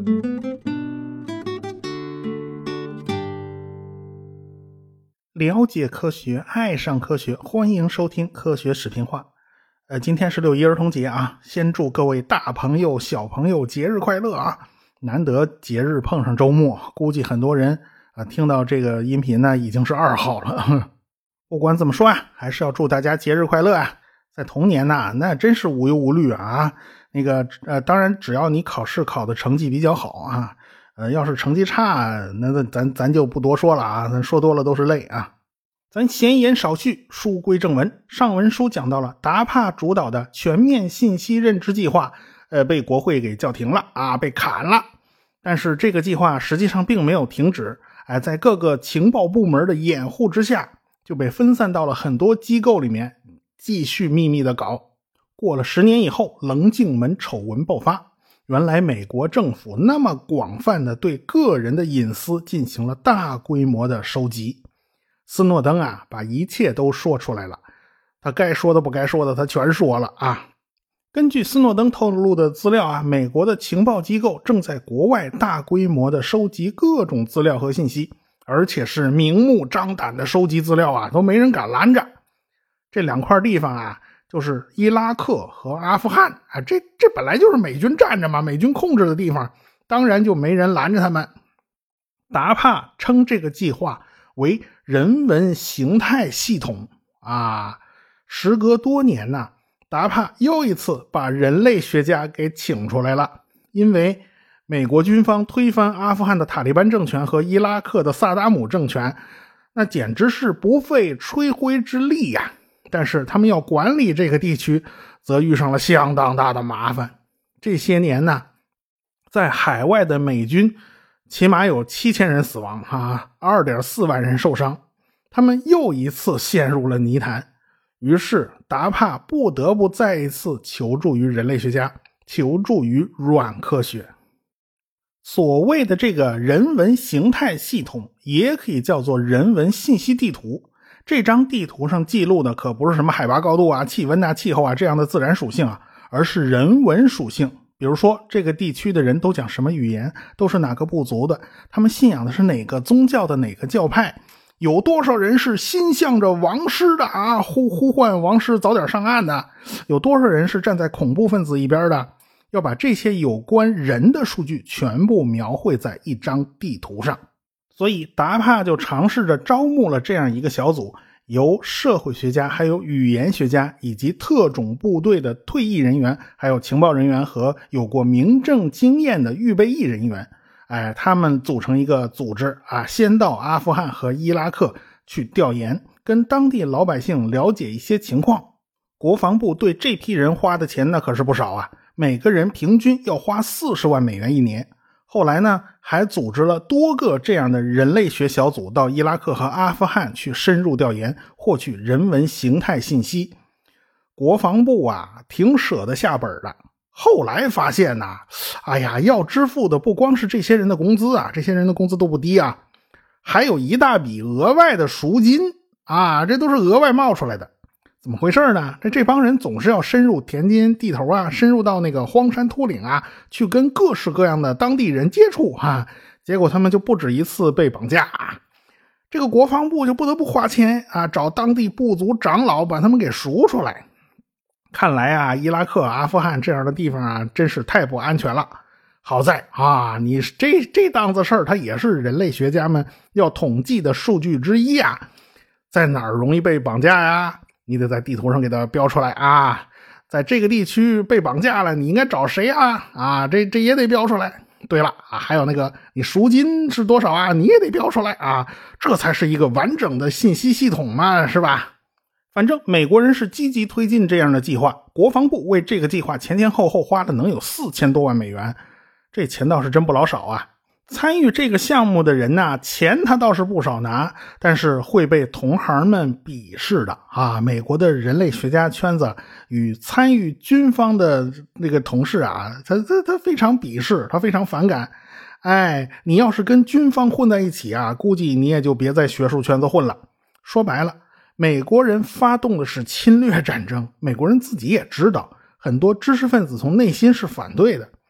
了解科学，爱上科学，欢迎收听科学视频化。今天是6·1儿童节啊，先祝各位大朋友小朋友节日快乐啊！难得节日碰上周末，估计很多人听到这个音频呢已经是2号了。不管怎么说啊，还是要祝大家节日快乐啊！在童年呐，那真是无忧无虑啊。当然只要你考试考的成绩比较好啊。要是成绩差，那咱就不多说了啊，咱说多了都是泪啊。咱闲言少叙，书归正文。上文书讲到了达帕主导的全面信息认知计划，被国会给叫停了啊，被砍了。但是这个计划实际上并没有停止，在各个情报部门的掩护之下，就被分散到了很多机构里面，继续秘密的搞。过了10年以后，棱镜门丑闻爆发。原来美国政府那么广泛的对个人的隐私进行了大规模的收集。斯诺登啊，把一切都说出来了，他该说的不该说的他全说了啊。根据斯诺登透露的资料啊，美国的情报机构正在国外大规模的收集各种资料和信息，而且是明目张胆的收集资料啊，都没人敢拦着。这2块地方啊，就是伊拉克和阿富汗啊，这本来就是美军占着嘛，美军控制的地方，当然就没人拦着他们。达帕称这个计划为人文形态系统啊。时隔多年呢，达帕又一次把人类学家给请出来了。因为美国军方推翻阿富汗的塔利班政权和伊拉克的萨达姆政权，那简直是不费吹灰之力呀。但是他们要管理这个地区，则遇上了相当大的麻烦。这些年呢，在海外的美军起码有7000人死亡啊，2.4万人受伤，他们又一次陷入了泥潭。于是达帕不得不再一次求助于人类学家，求助于软科学。所谓的这个人文形态系统，也可以叫做人文信息地图。这张地图上记录的可不是什么海拔高度啊、气温啊、气候啊这样的自然属性啊，而是人文属性。比如说这个地区的人都讲什么语言，都是哪个部族的，他们信仰的是哪个宗教的哪个教派，有多少人是心向着王师的啊，呼唤王师早点上岸的，有多少人是站在恐怖分子一边的。要把这些有关人的数据全部描绘在一张地图上。所以达帕就尝试着招募了这样一个小组，由社会学家还有语言学家以及特种部队的退役人员，还有情报人员和有过民政经验的预备役人员，他们组成一个组织啊，先到阿富汗和伊拉克去调研，跟当地老百姓了解一些情况。国防部对这批人花的钱那可是不少啊，每个人平均要花40万美元一年。后来呢，还组织了多个这样的人类学小组到伊拉克和阿富汗去深入调研，获取人文形态信息。国防部啊，挺舍得下本的。后来发现呐，要支付的不光是这些人的工资啊，这些人的工资都不低啊，还有一大笔额外的赎金啊，这都是额外冒出来的。怎么回事呢？这帮人总是要深入田间地头啊，深入到那个荒山秃岭啊，去跟各式各样的当地人接触啊，结果他们就不止一次被绑架啊。这个国防部就不得不花钱啊，找当地部族长老把他们给赎出来。看来啊，伊拉克、阿富汗这样的地方啊，真是太不安全了。好在啊，你这档子事儿，它也是人类学家们要统计的数据之一啊。在哪儿容易被绑架呀？你得在地图上给它标出来啊，在这个地区被绑架了，你应该找谁啊？这也得标出来。对了啊，还有那个你赎金是多少啊，你也得标出来啊，这才是一个完整的信息系统嘛，是吧？反正美国人是积极推进这样的计划，国防部为这个计划前后花了能有4000多万美元，这钱倒是真不老少啊。参与这个项目的人呢，钱他倒是不少拿，但是会被同行们鄙视的啊！美国的人类学家圈子与参与军方的那个同事啊，他非常鄙视，他非常反感。你要是跟军方混在一起啊，估计你也就别在学术圈子混了。说白了，美国人发动的是侵略战争，美国人自己也知道，很多知识分子从内心是反对的。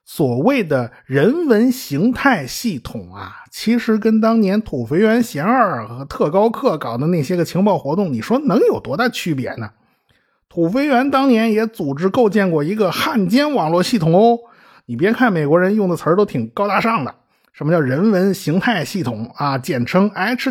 所谓的人文形态系统啊，其实跟当年土肥原贤二和特高课搞的那些个情报活动，你说能有多大区别呢？土肥原当年也组织构建过一个汉奸网络系统哦。你别看美国人用的词儿都挺高大上的，什么叫人文形态系统啊，简称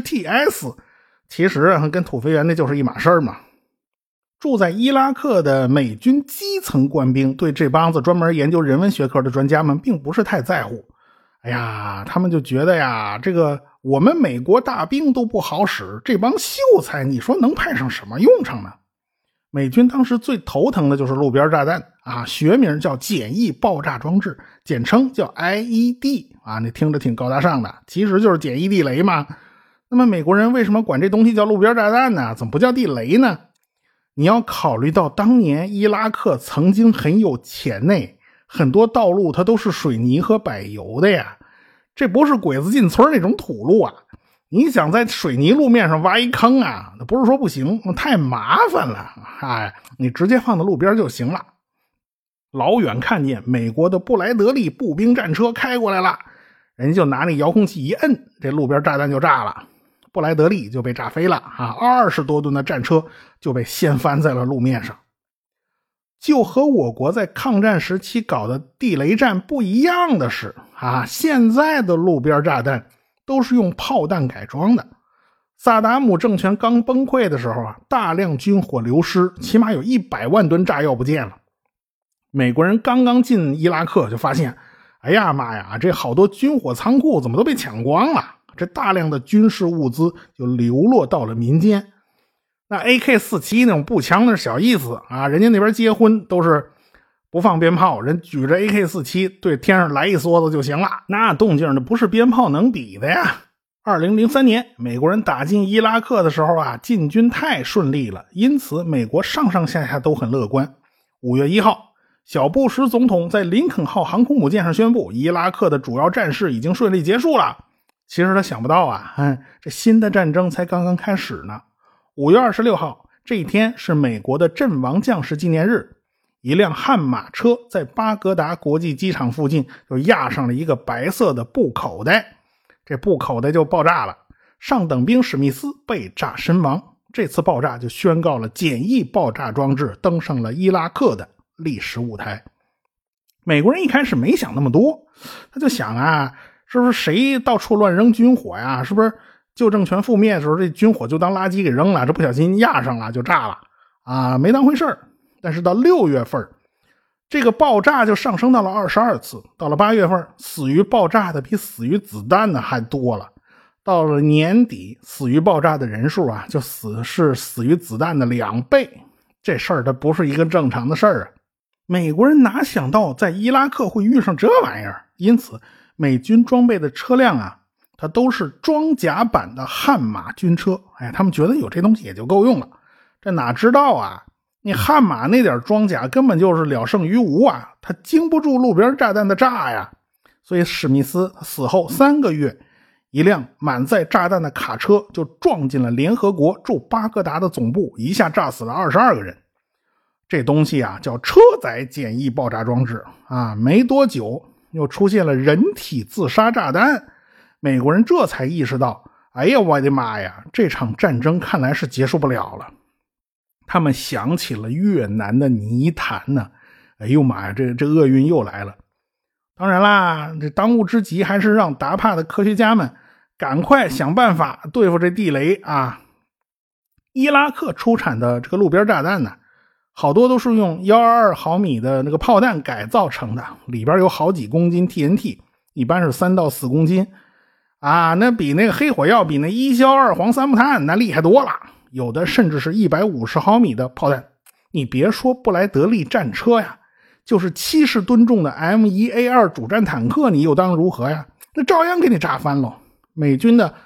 HTS， 其实跟土肥原那就是一码事儿嘛。住在伊拉克的美军基层官兵对这帮子专门研究人文学科的专家们并不是太在乎。哎呀，他们就觉得呀，这个我们美国大兵都不好使，这帮秀才你说能派上什么用场呢？美军当时最头疼的就是路边炸弹啊，学名叫简易爆炸装置，简称叫 IED 啊，你听着挺高大上的，其实就是简易地雷嘛。那么美国人为什么管这东西叫路边炸弹呢？怎么不叫地雷呢？你要考虑到当年伊拉克曾经很有钱呢，很多道路它都是水泥和柏油的呀，这不是鬼子进村那种土路啊。你想在水泥路面上挖一坑啊，那不是说不行，太麻烦了。哎，你直接放在路边就行了。老远看见美国的布莱德利步兵战车开过来了，人家就拿那遥控器一摁，这路边炸弹就炸了。布莱德利就被炸飞了啊，20多吨的战车就被掀翻在了路面上。就和我国在抗战时期搞的地雷战不一样的是啊，现在的路边炸弹都是用炮弹改装的。萨达姆政权刚崩溃的时候啊，大量军火流失，起码有100万吨炸药不见了。美国人刚刚进伊拉克就发现，哎呀妈呀，这好多军火仓库怎么都被抢光了，这大量的军事物资就流落到了民间。那 AK-47 那种步枪那是小意思啊，人家那边结婚都是不放鞭炮，人举着 AK-47 对天上来一梭子就行了，那动静那不是鞭炮能比的呀。2003年美国人打进伊拉克的时候啊，进军太顺利了，因此美国上上下下都很乐观。5月1号小布什总统在林肯号航空母舰上宣布，伊拉克的主要战事已经顺利结束了。其实他想不到啊，这新的战争才刚刚开始呢。5月26号这一天是美国的阵亡将士纪念日，一辆悍马车在巴格达国际机场附近就压上了一个白色的布口袋，这布口袋就爆炸了，上等兵史密斯被炸身亡。这次爆炸就宣告了简易爆炸装置登上了伊拉克的历史舞台。美国人一开始没想那么多，他就想啊，是不是谁到处乱扔军火呀？是不是旧政权覆灭的时候这军火就当垃圾给扔了，这不小心压上了就炸了啊，没当回事。但是到6月份这个爆炸就上升到了22次，到了8月份死于爆炸的比死于子弹的还多了，到了年底死于爆炸的人数啊就是死于子弹的2倍，这事儿它不是一个正常的事儿啊。美国人哪想到在伊拉克会遇上这玩意儿，因此美军装备的车辆啊，它都是装甲版的悍马军车。他们觉得有这东西也就够用了。这哪知道啊，你悍马那点装甲根本就是了胜于无啊，它经不住路边炸弹的炸呀。所以史密斯死后3个月，一辆满载炸弹的卡车就撞进了联合国驻巴格达的总部，一下炸死了22个人。这东西啊叫车载简易爆炸装置啊，没多久又出现了人体自杀炸弹。美国人这才意识到，哎呀我的妈呀，这场战争看来是结束不了了。他们想起了越南的泥潭呢，哎呦妈呀，这厄运又来了。当然啦，这当务之急还是让达帕的科学家们赶快想办法对付这地雷啊。伊拉克出产的这个路边炸弹呢，好多都是用122毫米的那个炮弹改造成的，里边有好几公斤 TNT， 一般是3到4公斤啊，那比那个黑火药比那1硝2黄3木炭那厉害多了，有的甚至是150毫米的炮弹。你别说布莱德利战车呀，就是70吨重的 M1A2 主战坦克你又当如何呀，那照样给你炸翻了。美军的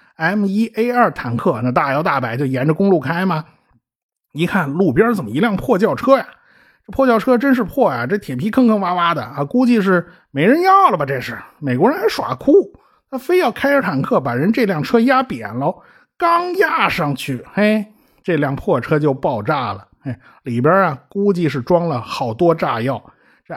M1A2 坦克那大摇大摆就沿着公路开嘛，一看路边怎么一辆破轿车呀，这破轿车真是破呀，这铁皮坑坑洼洼的啊，估计是没人要了吧。这是美国人还耍酷，他非要开着坦克把人这辆车压扁了，刚压上去，嘿，这辆破车就爆炸了。里边啊估计是装了好多炸药， 这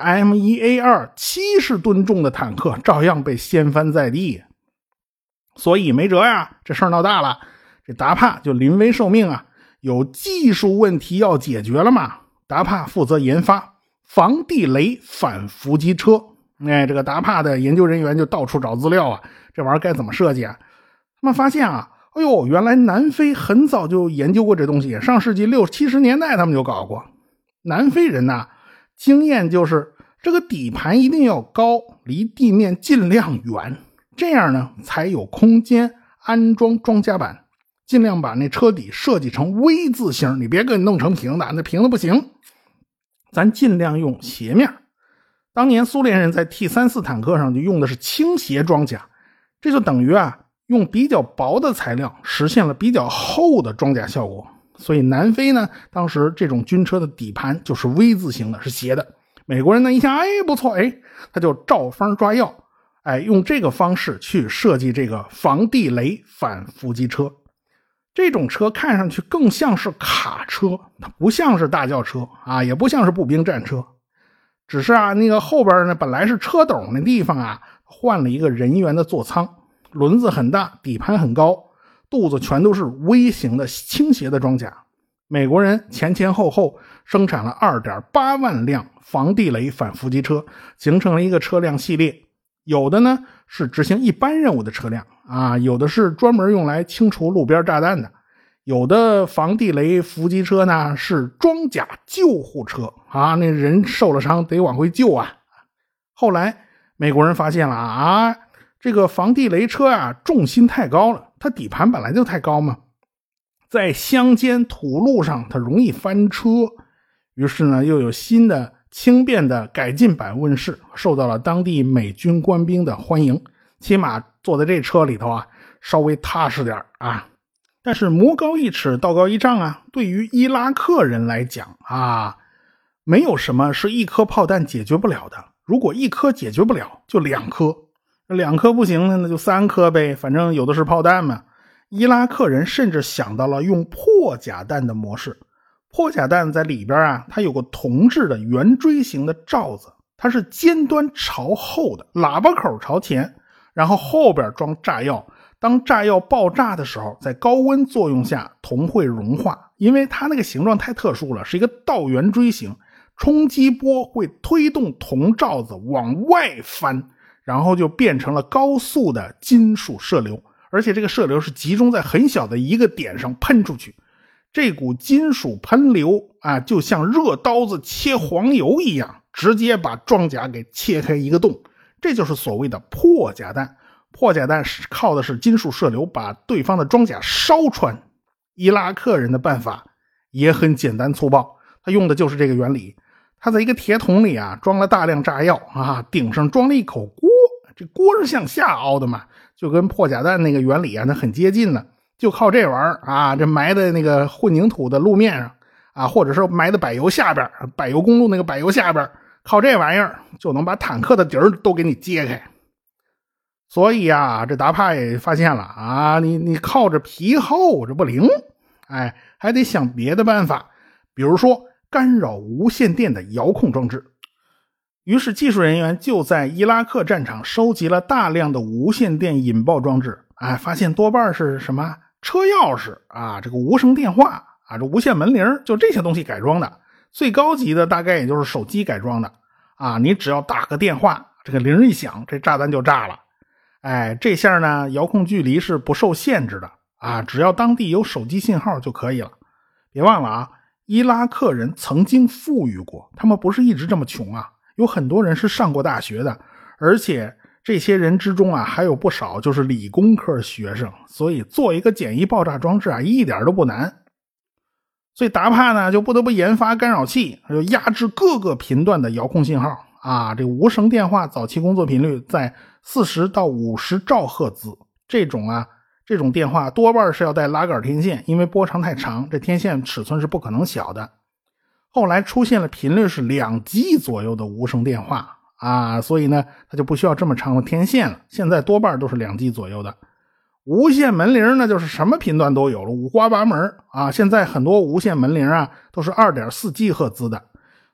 M1A2 70吨重的坦克照样被掀翻在地。所以没辙呀，这事儿闹大了，这达帕就临危受命啊，有技术问题要解决了嘛。达帕负责研发防地雷反伏击车。这个达帕的研究人员就到处找资料啊，这玩意儿该怎么设计啊？他们发现啊，原来南非很早就研究过这东西，上世纪60、70年代他们就搞过。南非人呐，经验就是这个底盘一定要高，离地面尽量远，这样呢才有空间安装装甲板，尽量把那车底设计成 V 字形，你别给弄成平的，那平的不行，咱尽量用斜面。当年苏联人在 T-34 坦克上就用的是倾斜装甲，这就等于用比较薄的材料实现了比较厚的装甲效果。所以南非呢，当时这种军车的底盘就是 V 字形的，是斜的。美国人呢一想，不错，他就照方抓药，用这个方式去设计这个防地雷反伏击车。这种车看上去更像是卡车，它不像是大轿车也不像是步兵战车。只是那个后边呢，本来是车斗那地方换了一个人员的座舱，轮子很大，底盘很高，肚子全都是 V 型的倾斜的装甲。美国人前后生产了 2.8 万辆防地雷反伏击车，形成了一个车辆系列。有的呢是执行一般任务的车辆有的是专门用来清除路边炸弹的，有的防地雷伏击车呢是装甲救护车那人受了伤得往回救后来美国人发现了这个防地雷车重心太高了，它底盘本来就太高嘛，在乡间土路上它容易翻车。于是呢又有新的轻便的改进版问世，受到了当地美军官兵的欢迎，起码坐在这车里头稍微踏实点但是魔高一尺道高一丈对于伊拉克人来讲没有什么是一颗炮弹解决不了的。如果一颗解决不了，就2颗，2颗不行那就3颗呗，反正有的是炮弹嘛。伊拉克人甚至想到了用破甲弹的模式。破甲弹在里边它有个铜制的圆锥形的罩子，它是尖端朝后的，喇叭口朝前，然后后边装炸药。当炸药爆炸的时候，在高温作用下铜会融化，因为它那个形状太特殊了，是一个倒圆锥形，冲击波会推动铜罩子往外翻，然后就变成了高速的金属射流，而且这个射流是集中在很小的一个点上喷出去。这股金属喷流就像热刀子切黄油一样，直接把装甲给切开一个洞，这就是所谓的破甲弹。破甲弹靠的是金属射流把对方的装甲烧穿。伊拉克人的办法也很简单粗暴，他用的就是这个原理。他在一个铁桶里装了大量炸药顶上装了一口锅，这锅是向下凹的嘛，就跟破甲弹那个原理那很接近了。就靠这玩意儿这埋在那个混凝土的路面上或者是埋在柏油下边，柏油公路那个柏油下边，靠这玩意儿就能把坦克的底儿都给你揭开。所以这达帕也发现了你靠着皮厚这不灵，还得想别的办法，比如说干扰无线电的遥控装置。于是技术人员就在伊拉克战场收集了大量的无线电引爆装置，发现多半是什么车钥匙这个无声电话这无线门铃，就这些东西改装的。最高级的大概也就是手机改装的你只要打个电话，这个铃一响，这炸弹就炸了。这下呢遥控距离是不受限制的只要当地有手机信号就可以了。别忘了伊拉克人曾经富裕过，他们不是一直这么穷有很多人是上过大学的，而且这些人之中还有不少就是理工科学生，所以做一个简易爆炸装置一点都不难。所以达帕呢就不得不研发干扰器，就压制各个频段的遥控信号这无声电话早期工作频率在40到50兆赫兹，这种电话多半是要带拉杆天线，因为波长太长，这天线尺寸是不可能小的。后来出现了频率是2G 左右的无声电话所以呢它就不需要这么长的天线了，现在多半都是2G 左右的。无线门铃呢就是什么频段都有了，五花八门现在很多无线门铃都是 2.4G 赫兹的。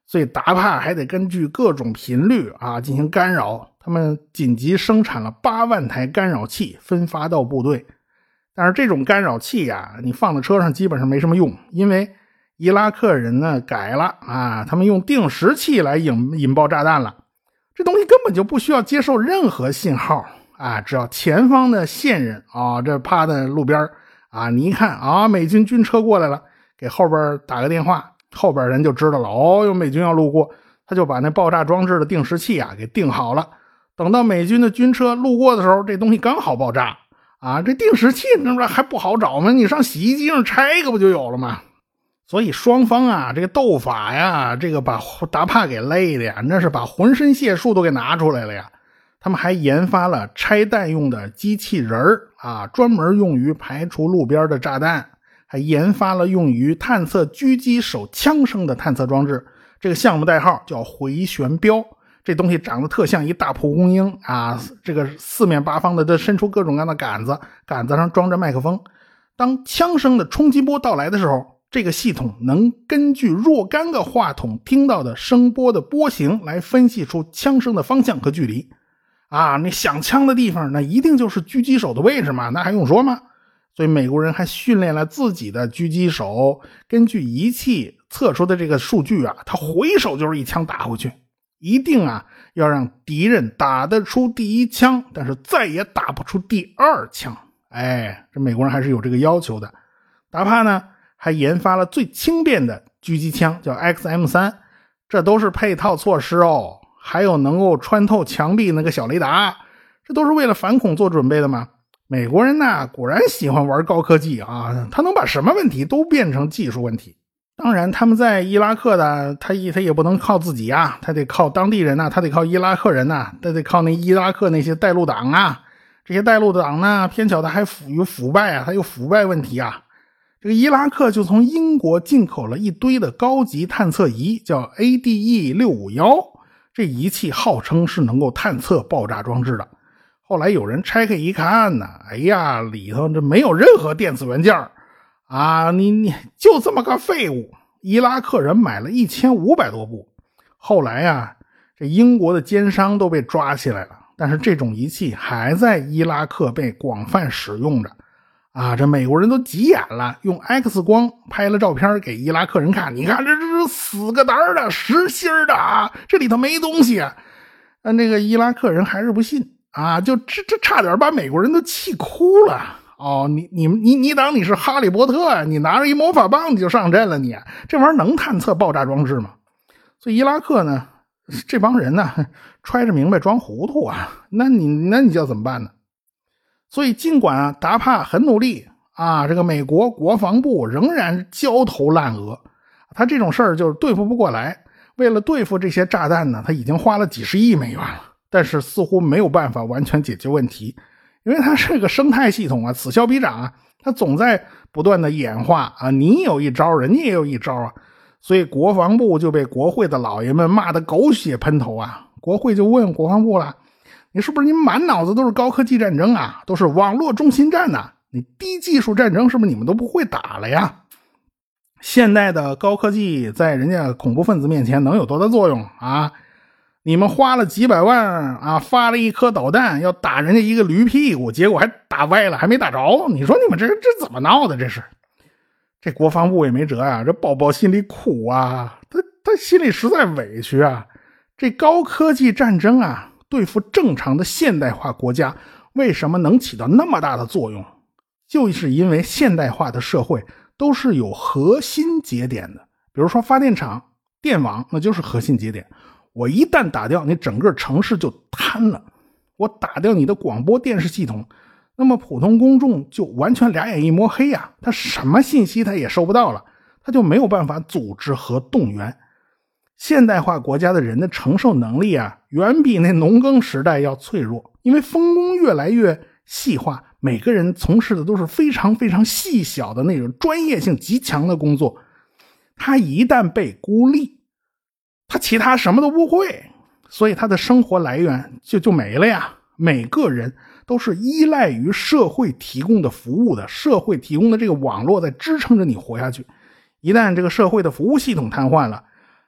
所以达帕还得根据各种频率进行干扰。他们紧急生产了8万台干扰器，分发到部队。但是这种干扰器你放在车上基本上没什么用，因为伊拉克人呢改了他们用定时器来引爆炸弹了。这东西根本就不需要接受任何信号只要前方的线人这趴在路边你一看美军军车过来了，给后边打个电话，后边人就知道了有美军要路过，他就把那爆炸装置的定时器给定好了。等到美军的军车路过的时候，这东西刚好爆炸这定时器那还不好找吗？你上洗衣机上拆一个不就有了吗？所以双方这个斗法这个把达帕给累的那是把浑身解数都给拿出来了呀。他们还研发了拆弹用的机器人专门用于排除路边的炸弹，还研发了用于探测狙击手枪声的探测装置。这个项目代号叫回旋镖，这东西长得特像一大蒲公英这个四面八方的都伸出各种各样的杆子，杆子上装着麦克风。当枪声的冲击波到来的时候，这个系统能根据若干个话筒听到的声波的波形来分析出枪声的方向和距离你响枪的地方那一定就是狙击手的位置嘛，那还用说吗？所以美国人还训练了自己的狙击手，根据仪器测出的这个数据他回手就是一枪打回去，一定要让敌人打得出第一枪，但是再也打不出第二枪。这美国人还是有这个要求的。达帕呢还研发了最轻便的狙击枪，叫 XM3， 这都是配套措施还有能够穿透墙壁那个小雷达，这都是为了反恐做准备的嘛。美国人呢果然喜欢玩高科技他能把什么问题都变成技术问题。当然他们在伊拉克的他也不能靠自己他得靠当地人他得靠伊拉克人他得靠那伊拉克那些带路党这些带路党呢偏巧他还有腐败还有腐败问题这个伊拉克就从英国进口了一堆的高级探测仪，叫 ADE651， 这仪器号称是能够探测爆炸装置的。后来有人拆开一看里头这没有任何电子元件你就这么个废物。伊拉克人买了1500多部，后来这英国的奸商都被抓起来了，但是这种仪器还在伊拉克被广泛使用着这美国人都急眼了，用 X 光拍了照片给伊拉克人看，你看这死个胆的实心的这里头没东西那个伊拉克人还是不信就这差点把美国人都气哭了你当你是哈利波特你拿着一魔法棒你就上阵了，你这玩意儿能探测爆炸装置吗？所以伊拉克呢这帮人呢揣着明白装糊涂那你叫怎么办呢？所以尽管达帕很努力这个美国国防部仍然焦头烂额，他这种事儿就是对付不过来。为了对付这些炸弹呢，他已经花了几十亿美元了，但是似乎没有办法完全解决问题，因为它是个生态系统此消彼长它总在不断的演化你有一招人家也有一招所以国防部就被国会的老爷们骂得狗血喷头国会就问国防部了，你是不是你满脑子都是高科技战争都是网络中心战你低技术战争是不是你们都不会打了呀？现代的高科技在人家恐怖分子面前能有多大作用你们花了几百万发了一颗导弹要打人家一个驴屁股，结果还打歪了还没打着，你说你们这怎么闹的？这国防部也没辙这宝宝心里苦他心里实在委屈这高科技战争对付正常的现代化国家为什么能起到那么大的作用？就是因为现代化的社会都是有核心节点的，比如说发电厂、电网，那就是核心节点。我一旦打掉，你整个城市就瘫了。我打掉你的广播电视系统，那么普通公众就完全俩眼一摸黑他什么信息他也收不到了，他就没有办法组织和动员。现代化国家的人的承受能力远比那农耕时代要脆弱，因为分工越来越细化，每个人从事的都是非常非常细小的那种专业性极强的工作。他一旦被孤立，他其他什么都不会，所以他的生活来源就没了每个人都是依赖于社会提供的服务的，社会提供的这个网络在支撑着你活下去。一旦这个社会的服务系统瘫痪了，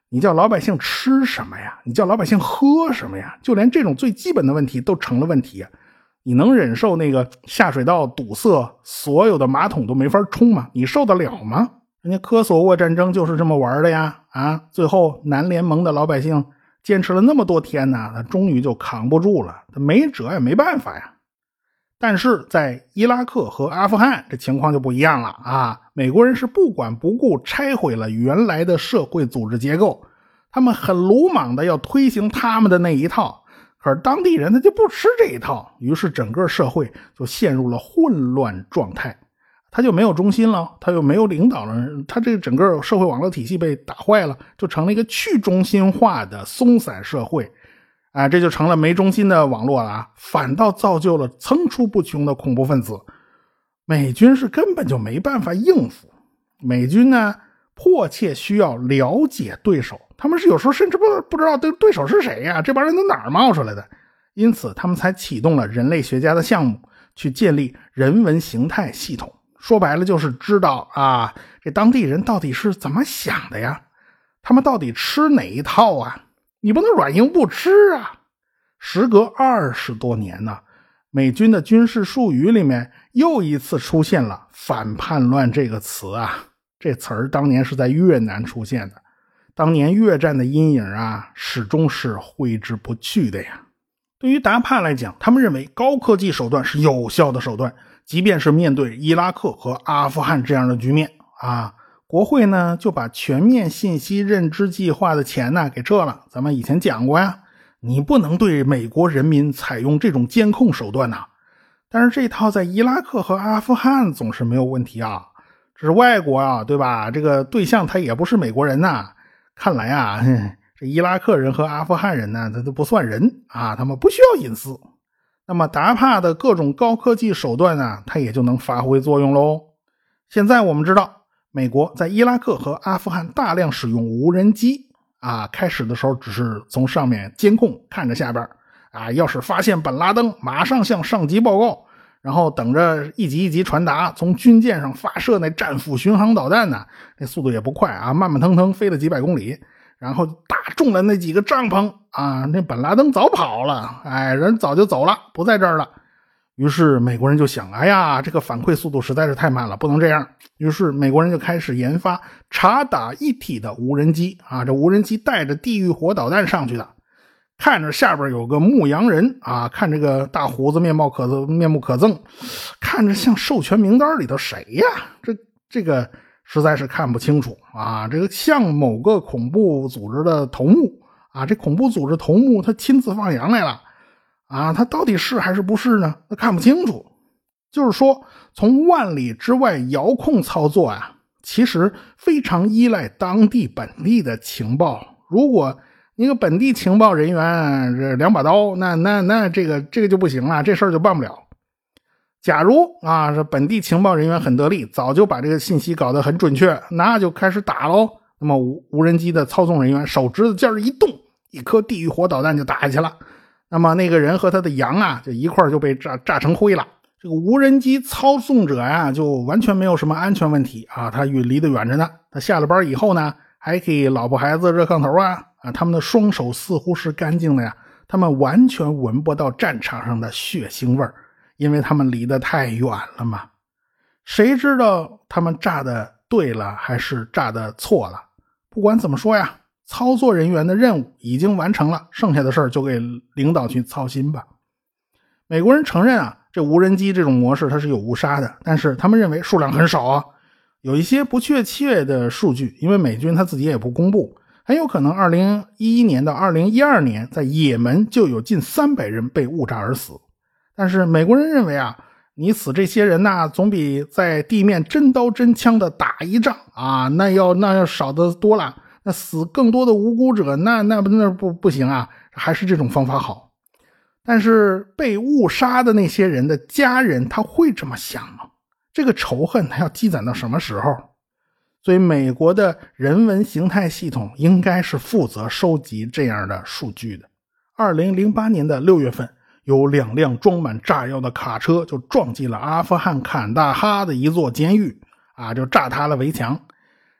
你叫老百姓吃什么呀？你叫老百姓喝什么呀？就连这种最基本的问题都成了问题啊！你能忍受那个下水道堵塞，所有的马桶都没法冲吗？你受得了吗？人家科索沃战争就是这么玩的呀！最后南联盟的老百姓坚持了那么多天呢，他终于就扛不住了，他没辙也没办法呀。但是在伊拉克和阿富汗这情况就不一样了美国人是不管不顾拆毁了原来的社会组织结构，他们很鲁莽的要推行他们的那一套，可是当地人他就不吃这一套，于是整个社会就陷入了混乱状态，他就没有中心了，他又没有领导了，他这个整个社会网络体系被打坏了，就成了一个去中心化的松散社会这就成了没中心的网络了反倒造就了层出不穷的恐怖分子。美军是根本就没办法应付，美军呢迫切需要了解对手，他们是有时候甚至不知道对手是谁呀，这帮人都哪儿冒出来的，因此他们才启动了人类学家的项目，去建立人文形态系统。说白了就是知道这当地人到底是怎么想的呀，他们到底吃哪一套啊，你不能软硬不吃啊。时隔20多年呢，美军的军事术语里面又一次出现了反叛乱这个词这词儿当年是在越南出现的，当年越战的阴影始终是挥之不去的呀。对于达帕来讲，他们认为高科技手段是有效的手段，即便是面对伊拉克和阿富汗这样的局面国会呢就把全面信息认知计划的钱给撤了，咱们以前讲过呀，你不能对美国人民采用这种监控手段但是这套在伊拉克和阿富汗总是没有问题这是外国对吧？这个对象他也不是美国人看来这伊拉克人和阿富汗人呢，他都不算人他们不需要隐私。那么达帕的各种高科技手段它也就能发挥作用喽。现在我们知道，美国在伊拉克和阿富汗大量使用无人机开始的时候只是从上面监控看着下边要是发现本拉登马上向上级报告，然后等着一级一级传达，从军舰上发射那战斧巡航导弹那速度也不快慢慢腾腾飞了几百公里，然后打中了那几个帐篷那本拉登早跑了人早就走了，不在这儿了。于是美国人就想这个反馈速度实在是太慢了，不能这样。于是美国人就开始研发察打一体的无人机这无人机带着地狱火导弹上去的，看着下边有个牧羊人看这个大胡子面目可憎，看着像授权名单里头谁呀，这个实在是看不清楚这个像某个恐怖组织的头目这恐怖组织头目他亲自放羊来了他到底是还是不是呢？他看不清楚。就是说从万里之外遥控操作其实非常依赖当地本地的情报。如果一个本地情报人员这两把刀，那这个就不行了，这事儿就办不了。假如这本地情报人员很得力，早就把这个信息搞得很准确，那就开始打喽。那么无人机的操纵人员手指头尖一动，一颗地狱火导弹就打下去了。那么那个人和他的羊就一块就被炸成灰了。这个无人机操纵者就完全没有什么安全问题他离得远着呢。他下了班以后呢，还给老婆孩子热炕头他们的双手似乎是干净的他们完全闻不到战场上的血腥味儿，因为他们离得太远了嘛。谁知道他们炸的对了还是炸的错了？不管怎么说操作人员的任务已经完成了，剩下的事儿就给领导去操心吧。美国人承认这无人机这种模式它是有误杀的，但是他们认为数量很少有一些不确切的数据，因为美军他自己也不公布，很有可能2011年到2012年在也门就有近300人被误炸而死。但是美国人认为你死这些人总比在地面真刀真枪的打一仗那要少得多了，那死更多的无辜者那不行还是这种方法好。但是被误杀的那些人的家人他会这么想吗？这个仇恨他要积攒到什么时候？所以美国的人文形态系统应该是负责收集这样的数据的。2008年的6月份，有2辆装满炸药的卡车就撞进了阿富汗坎大哈的一座监狱就炸塌了围墙。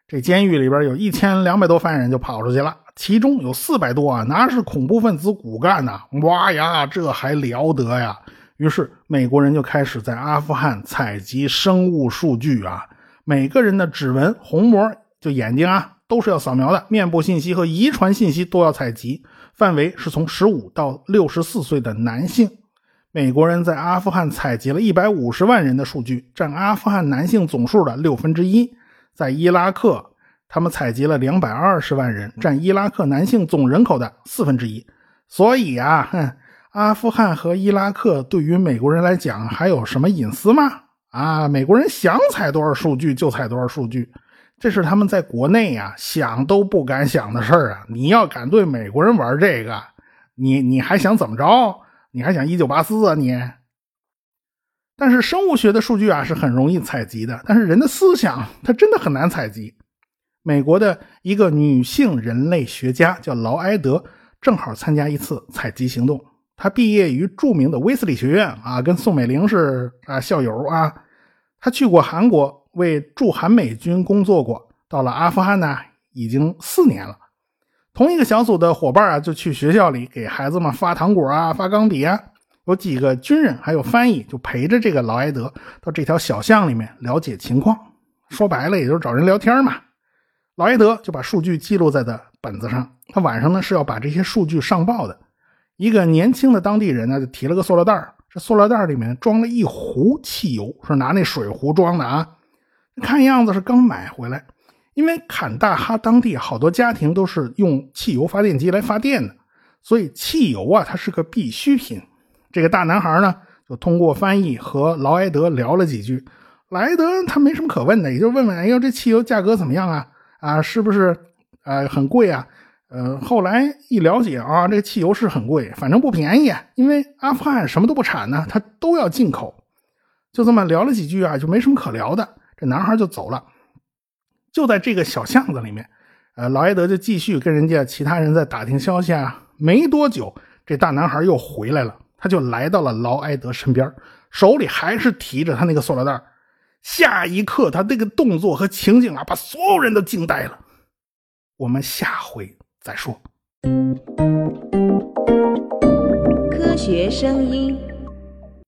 这监狱里边有1200多犯人就跑出去了，其中有400多啊，那是恐怖分子骨干呐！哇呀，这还了得呀！于是美国人就开始在阿富汗采集生物数据啊，每个人的指纹、虹膜，就眼睛啊，都是要扫描的，面部信息和遗传信息都要采集，范围是从15到64岁的男性。美国人在阿富汗采集了150万人的数据，占阿富汗男性总数的1/6。在伊拉克，他们采集了220万人，占伊拉克男性总人口的1/4。所以啊，阿富汗和伊拉克对于美国人来讲还有什么隐私吗？啊，美国人想采多少数据就采多少数据，这是他们在国内啊想都不敢想的事儿啊！你要敢对美国人玩这个，你还想怎么着？你还想1984啊你？但是生物学的数据啊是很容易采集的，但是人的思想它真的很难采集。美国的一个女性人类学家叫劳埃德，正好参加一次采集行动。她毕业于著名的威斯理学院啊，跟宋美龄是校友啊。她去过韩国，为驻韩美军工作过。到了阿富汗呢，已经4年了。同一个小组的伙伴啊，就去学校里给孩子们发糖果啊，发钢笔啊。有几个军人还有翻译就陪着这个劳埃德到这条小巷里面了解情况，说白了也就是找人聊天嘛。劳埃德就把数据记录在的本子上，他晚上呢是要把这些数据上报的。一个年轻的当地人呢就提了个塑料袋，这塑料袋里面装了一壶汽油，是拿那水壶装的啊，看样子是刚买回来。因为坎大哈当地好多家庭都是用汽油发电机来发电的，所以汽油啊它是个必需品。这个大男孩呢就通过翻译和劳埃德聊了几句。劳埃德他没什么可问的，也就问问哎呦这汽油价格怎么样啊是不是很贵啊？后来一了解啊，这汽油是很贵，反正不便宜，因为阿富汗什么都不产呢，他都要进口。就这么聊了几句啊，就没什么可聊的，这男孩就走了。就在这个小巷子里面，劳埃德就继续跟人家其他人在打听消息啊。没多久，这大男孩又回来了，他就来到了劳埃德身边，手里还是提着他那个塑料袋。下一刻，他这个动作和情景啊，把所有人都惊呆了。我们下回再说。 科学声音。